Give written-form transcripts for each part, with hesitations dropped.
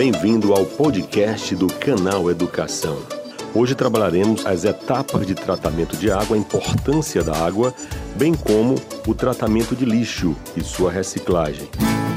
bem-vindo ao podcast do Canal Educação. Hoje trabalharemos as etapas de tratamento de água, a importância da água, bem como o tratamento de lixo e sua reciclagem.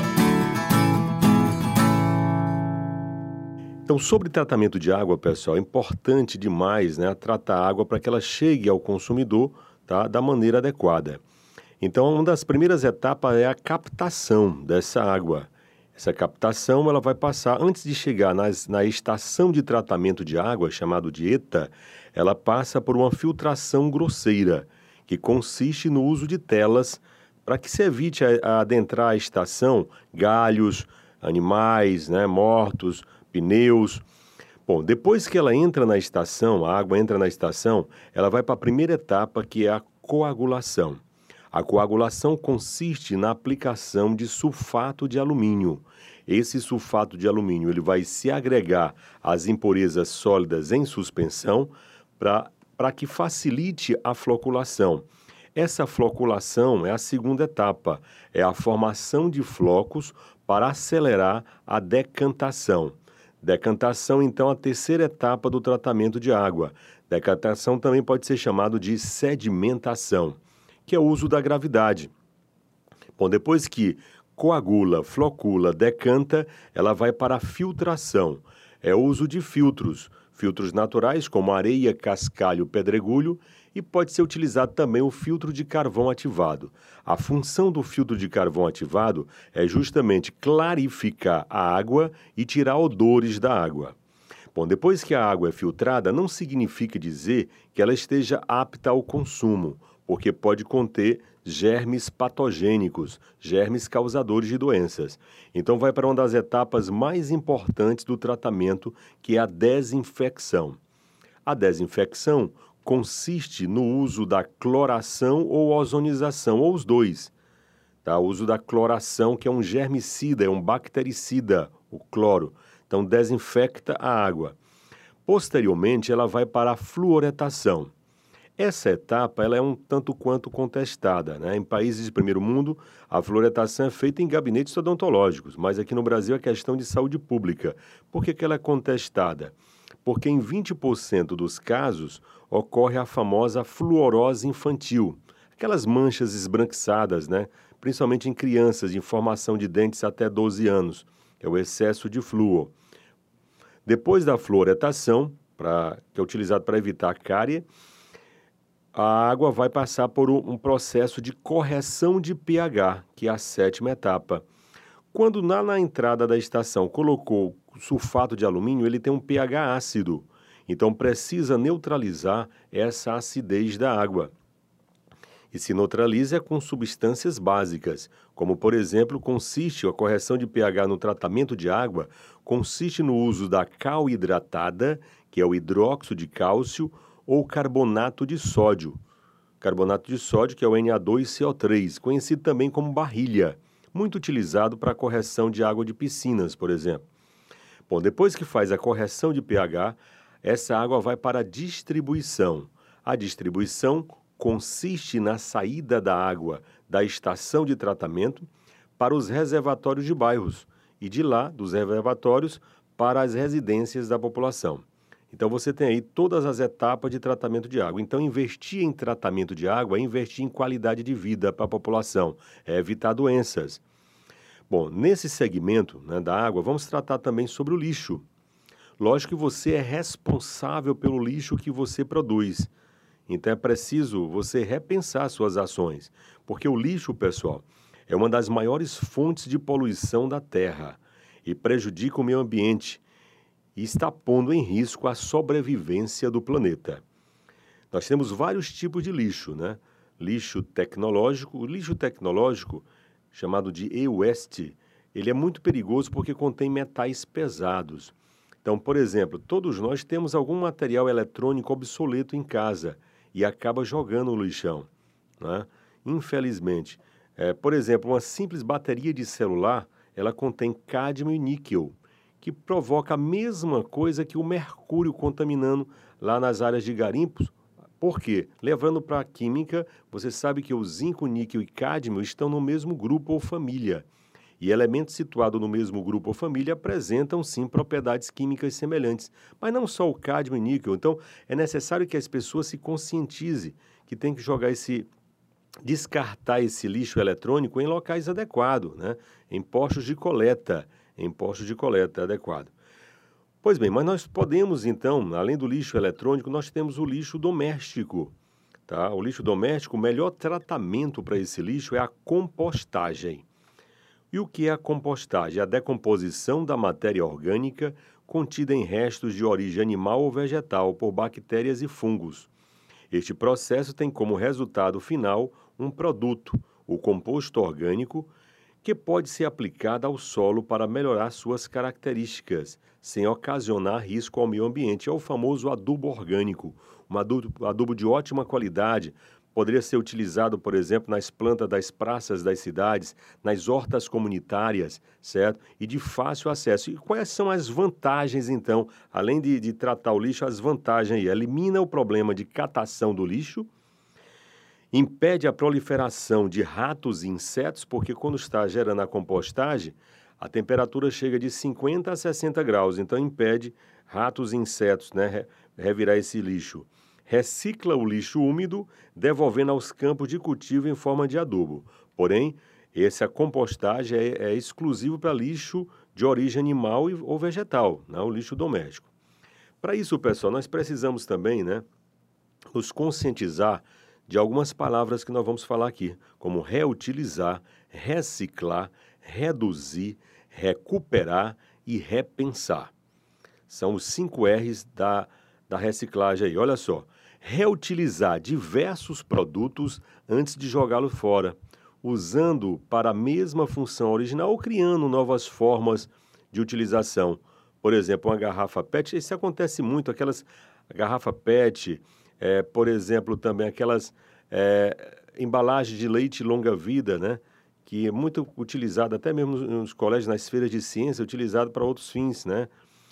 Então, sobre tratamento de água, pessoal, é importante demais, tratar a água para que ela chegue ao consumidor, da maneira adequada. Então, uma das primeiras etapas é a captação dessa água. Essa captação ela vai passar, antes de chegar na estação de tratamento de água, chamado de ETA, ela passa por uma filtração grosseira, que consiste no uso de telas para que se evite adentrar a estação galhos, animais mortos, pneus. Bom, depois que ela entra na estação, a água entra na estação, ela vai para a primeira etapa, que é a coagulação. A coagulação consiste na aplicação de sulfato de alumínio. Esse sulfato de alumínio ele vai se agregar às impurezas sólidas em suspensão para que facilite a floculação. Essa floculação é a segunda etapa, é a formação de flocos para acelerar a decantação. Decantação, então, é a terceira etapa do tratamento de água. Decantação também pode ser chamado de sedimentação, que é o uso da gravidade. Bom, depois que coagula, flocula, decanta, ela vai para a filtração. É o uso de filtros naturais como areia, cascalho, pedregulho, e pode ser utilizado também o filtro de carvão ativado. A função do filtro de carvão ativado é justamente clarificar a água e tirar odores da água. Bom, depois que a água é filtrada, não significa dizer que ela esteja apta ao consumo, porque pode conter germes patogênicos, germes causadores de doenças. Então vai para uma das etapas mais importantes do tratamento, que é a desinfecção. A desinfecção consiste no uso da cloração ou ozonização, ou os dois. O uso da cloração, que é um germicida, é um bactericida, o cloro. Então desinfecta a água. Posteriormente, ela vai para a fluoretação. Essa etapa ela é um tanto quanto contestada. Em países de primeiro mundo, a fluoretação é feita em gabinetes odontológicos, mas aqui no Brasil é questão de saúde pública. Por que ela é contestada? Porque em 20% dos casos ocorre a famosa fluorose infantil, aquelas manchas esbranquiçadas, principalmente em crianças de formação de dentes até 12 anos, é o excesso de flúor. Depois da fluoretação, que é utilizado para evitar a cárie, a água vai passar por um processo de correção de pH, que é a sétima etapa. Quando na entrada da estação colocou sulfato de alumínio, ele tem um pH ácido, então precisa neutralizar essa acidez da água. E se neutraliza com substâncias básicas, como por exemplo, a correção de pH no tratamento de água, consiste no uso da cal hidratada, que é o hidróxido de cálcio, ou carbonato de sódio. Carbonato de sódio, que é o Na2CO3, conhecido também como barrilha, muito utilizado para a correção de água de piscinas, por exemplo. Bom, depois que faz a correção de pH, essa água vai para a distribuição. A distribuição consiste na saída da água da estação de tratamento para os reservatórios de bairros e de lá, dos reservatórios, para as residências da população. Então, você tem aí todas as etapas de tratamento de água. Então, investir em tratamento de água é investir em qualidade de vida para a população, é evitar doenças. Bom, nesse segmento da água, vamos tratar também sobre o lixo. Lógico que você é responsável pelo lixo que você produz. Então, é preciso você repensar suas ações, porque o lixo, pessoal, é uma das maiores fontes de poluição da Terra e prejudica o meio ambiente e está pondo em risco a sobrevivência do planeta. Nós temos vários tipos de lixo, Lixo tecnológico. O lixo tecnológico, chamado de e-waste, ele é muito perigoso porque contém metais pesados. Então, por exemplo, todos nós temos algum material eletrônico obsoleto em casa e acaba jogando no lixão, Infelizmente. Por exemplo, uma simples bateria de celular, ela contém cádmio e níquel, que provoca a mesma coisa que o mercúrio contaminando lá nas áreas de garimpos. Por quê? Levando para a química, você sabe que o zinco, níquel e cádmio estão no mesmo grupo ou família. E elementos situados no mesmo grupo ou família apresentam, sim, propriedades químicas semelhantes. Mas não só o cádmio e níquel. Então, é necessário que as pessoas se conscientizem que tem que descartar esse lixo eletrônico em locais adequados, né? Em postos de coleta adequado. Pois bem, mas nós podemos, então, além do lixo eletrônico, nós temos o lixo doméstico. Tá? O lixo doméstico, o melhor tratamento para esse lixo é a compostagem. E o que é a compostagem? A decomposição da matéria orgânica contida em restos de origem animal ou vegetal por bactérias e fungos. Este processo tem como resultado final um produto, o composto orgânico, que pode ser aplicado ao solo para melhorar suas características, sem ocasionar risco ao meio ambiente. É o famoso adubo orgânico, um adubo de ótima qualidade. Poderia ser utilizado, por exemplo, nas plantas das praças das cidades, nas hortas comunitárias, certo? E de fácil acesso. E quais são as vantagens, então? Além de tratar o lixo, as vantagens aí. Elimina o problema de catação do lixo, impede a proliferação de ratos e insetos, porque quando está gerando a compostagem, a temperatura chega de 50 a 60 graus, então impede ratos e insetos, né, revirar esse lixo. Recicla o lixo úmido, devolvendo aos campos de cultivo em forma de adubo. Porém, essa compostagem é exclusivo para lixo de origem animal ou vegetal, não o lixo doméstico. Para isso, pessoal, nós precisamos também, né, nos conscientizar de algumas palavras que nós vamos falar aqui, como reutilizar, reciclar, reduzir, recuperar e repensar. São os 5 R's da reciclagem aí. Olha só, reutilizar diversos produtos antes de jogá-lo fora, usando para a mesma função original ou criando novas formas de utilização. Por exemplo, uma garrafa PET, isso acontece muito, aquelas garrafa PET, por exemplo, também aquelas embalagens de leite longa-vida, né? Que é muito utilizado, até mesmo nos colégios, nas feiras de ciência, utilizado para outros fins, né?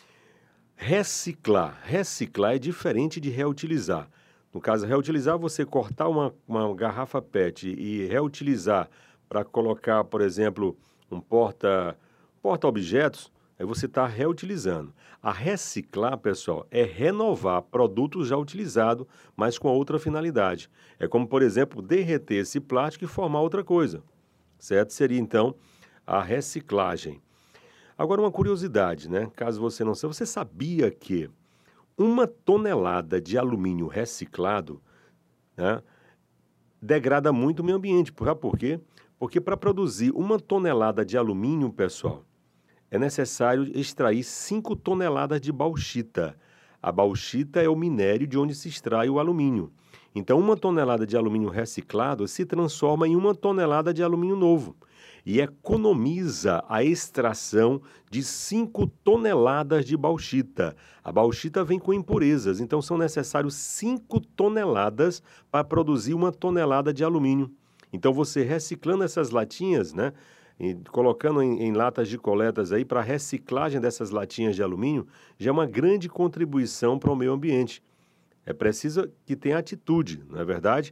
Reciclar é diferente de reutilizar. No caso, reutilizar, você cortar uma garrafa PET e reutilizar para colocar, por exemplo, um porta-objetos, aí você está reutilizando. A reciclar, pessoal, é renovar produtos já utilizados, mas com outra finalidade. É como, por exemplo, derreter esse plástico e formar outra coisa, certo? Seria, então, a reciclagem. Agora, uma curiosidade, né? Caso você não saiba, você sabia que 1 tonelada de alumínio reciclado, né, degrada muito o meio ambiente. Por quê? Porque para produzir 1 tonelada de alumínio, pessoal, é necessário extrair 5 toneladas de bauxita. A bauxita é o minério de onde se extrai o alumínio. Então, 1 tonelada de alumínio reciclado se transforma em 1 tonelada de alumínio novo e economiza a extração de 5 toneladas de bauxita. A bauxita vem com impurezas, então são necessários 5 toneladas para produzir 1 tonelada de alumínio. Então, você reciclando essas latinhas, né, e colocando em latas de coletas aí para reciclagem dessas latinhas de alumínio, já é uma grande contribuição para o meio ambiente. É preciso que tenha atitude, não é verdade?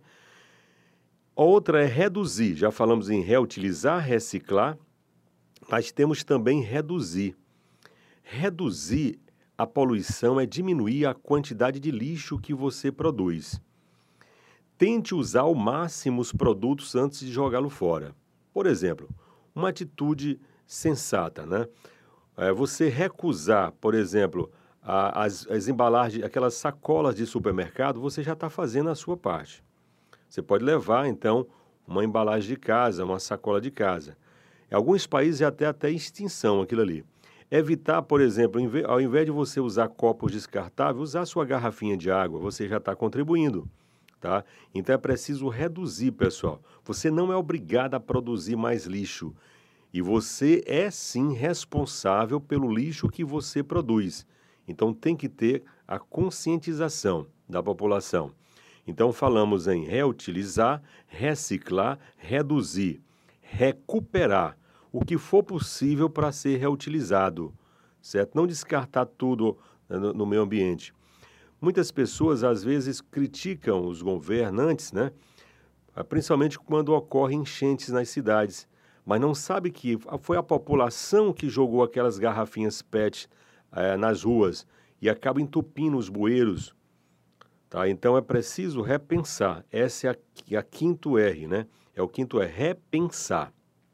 Outra é reduzir. Já falamos em reutilizar, reciclar, mas temos também reduzir. Reduzir a poluição é diminuir a quantidade de lixo que você produz. Tente usar ao máximo os produtos antes de jogá-lo fora. Por exemplo, uma atitude sensata, né? Você recusar, por exemplo, as embalagens, aquelas sacolas de supermercado, você já está fazendo a sua parte. Você pode levar, então, uma embalagem de casa, uma sacola de casa. Em alguns países é até extinção aquilo ali. Evitar, por exemplo, ao invés de você usar copos descartáveis, usar sua garrafinha de água, você já está contribuindo. Tá? Então é preciso reduzir, pessoal. Você não é obrigado a produzir mais lixo. E você é, sim, responsável pelo lixo que você produz. Então tem que ter a conscientização da população. Então falamos em reutilizar, reciclar, reduzir, recuperar o que for possível para ser reutilizado, certo? Não descartar tudo no meio ambiente. Muitas pessoas, às vezes, criticam os governantes, né? Principalmente quando ocorrem enchentes nas cidades. mas não sabe que foi a população que jogou aquelas garrafinhas PET nas ruas e acaba entupindo os bueiros. Tá? Então é preciso repensar. Essa é a quinto R, né? É o quinto R, repensar.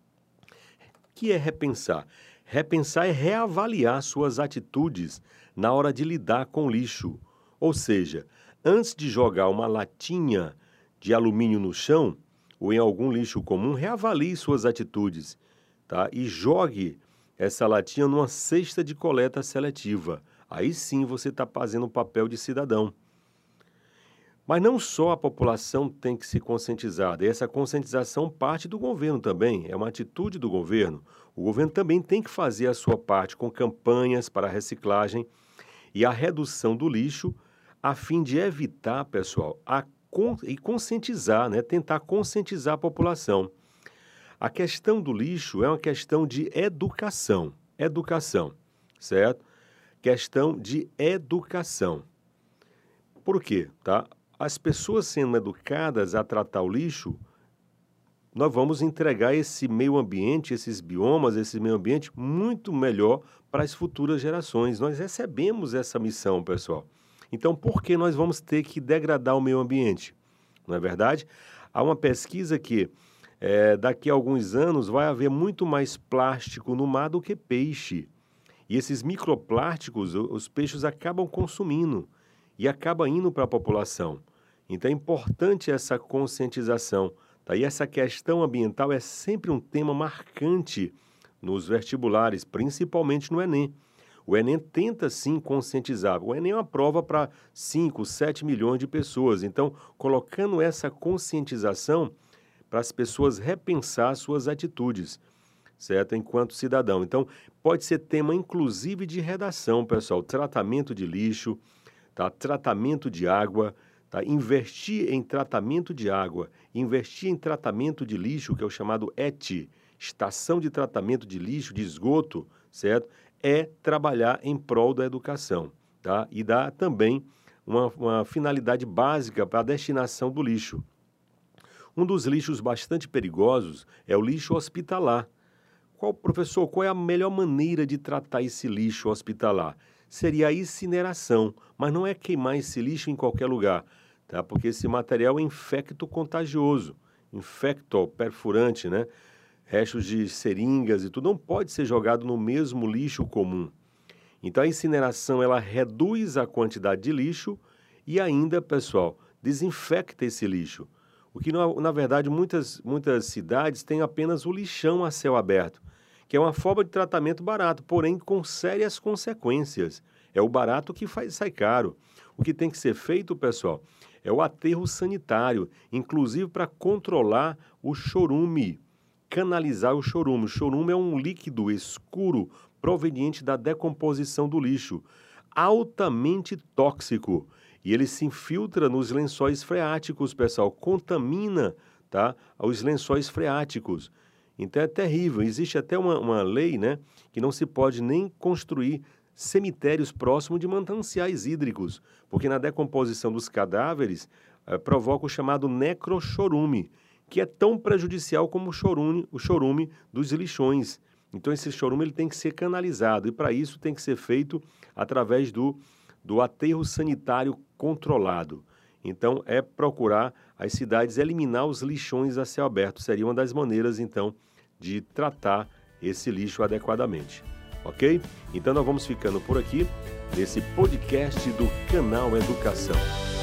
O que é repensar? Repensar é reavaliar suas atitudes na hora de lidar com o lixo. Ou seja, antes de jogar uma latinha de alumínio no chão ou em algum lixo comum, reavalie suas atitudes, tá? E jogue essa latinha numa cesta de coleta seletiva. Aí sim você está fazendo o papel de cidadão. Mas não só a população tem que se conscientizar, essa conscientização parte do governo também, é uma atitude do governo. O governo também tem que fazer a sua parte com campanhas para a reciclagem e a redução do lixo, a fim de evitar, pessoal, e conscientizar, né? Tentar conscientizar a população. A questão do lixo é uma questão de educação, certo? Questão de educação. Por quê? Tá? As pessoas sendo educadas a tratar o lixo, nós vamos entregar esse meio ambiente, esses biomas, esse meio ambiente muito melhor para as futuras gerações. Nós recebemos essa missão, pessoal. Então, por que nós vamos ter que degradar o meio ambiente? Não é verdade? Há uma pesquisa que daqui a alguns anos vai haver muito mais plástico no mar do que peixe. E esses microplásticos, os peixes acabam consumindo e acaba indo para a população. Então é importante essa conscientização. Tá? E essa questão ambiental é sempre um tema marcante nos vestibulares, principalmente no Enem. O Enem tenta sim conscientizar. O Enem é uma prova para 5, 7 milhões de pessoas. Então, colocando essa conscientização para as pessoas repensar suas atitudes, certo? Enquanto cidadão. Então, pode ser tema inclusive de redação, pessoal. Tratamento de lixo, tá? Tratamento de água, tá? Investir em tratamento de água, investir em tratamento de lixo, que é o chamado ET, Estação de Tratamento de Lixo, de Esgoto, certo? É trabalhar em prol da educação, tá? E dá também uma finalidade básica para a destinação do lixo. Um dos lixos bastante perigosos é o lixo hospitalar. Professor, qual é a melhor maneira de tratar esse lixo hospitalar? Seria a incineração, mas não é queimar esse lixo em qualquer lugar, tá? Porque esse material é infecto-contagioso, infecto-perfurante, né? Restos de seringas e tudo, não pode ser jogado no mesmo lixo comum. Então a incineração, ela reduz a quantidade de lixo e ainda, pessoal, desinfecta esse lixo. O que, na verdade, muitas cidades têm apenas o lixão a céu aberto, que é uma forma de tratamento barato, porém com sérias consequências. É o barato que sai caro. O que tem que ser feito, pessoal, é o aterro sanitário, inclusive para controlar o chorume, canalizar o chorume. O chorume é um líquido escuro proveniente da decomposição do lixo, altamente tóxico. E ele se infiltra nos lençóis freáticos, pessoal, contamina, tá, os lençóis freáticos. Então é terrível. Existe até uma lei, né, que não se pode nem construir cemitérios próximos de mananciais hídricos, porque na decomposição dos cadáveres provoca o chamado necrochorume, que é tão prejudicial como o chorume dos lixões. Então esse chorume ele tem que ser canalizado e para isso tem que ser feito através do aterro sanitário controlado. Então, é procurar as cidades eliminar os lixões a céu aberto. Seria uma das maneiras, então, de tratar esse lixo adequadamente. Ok? Então, nós vamos ficando por aqui nesse podcast do Canal Educação.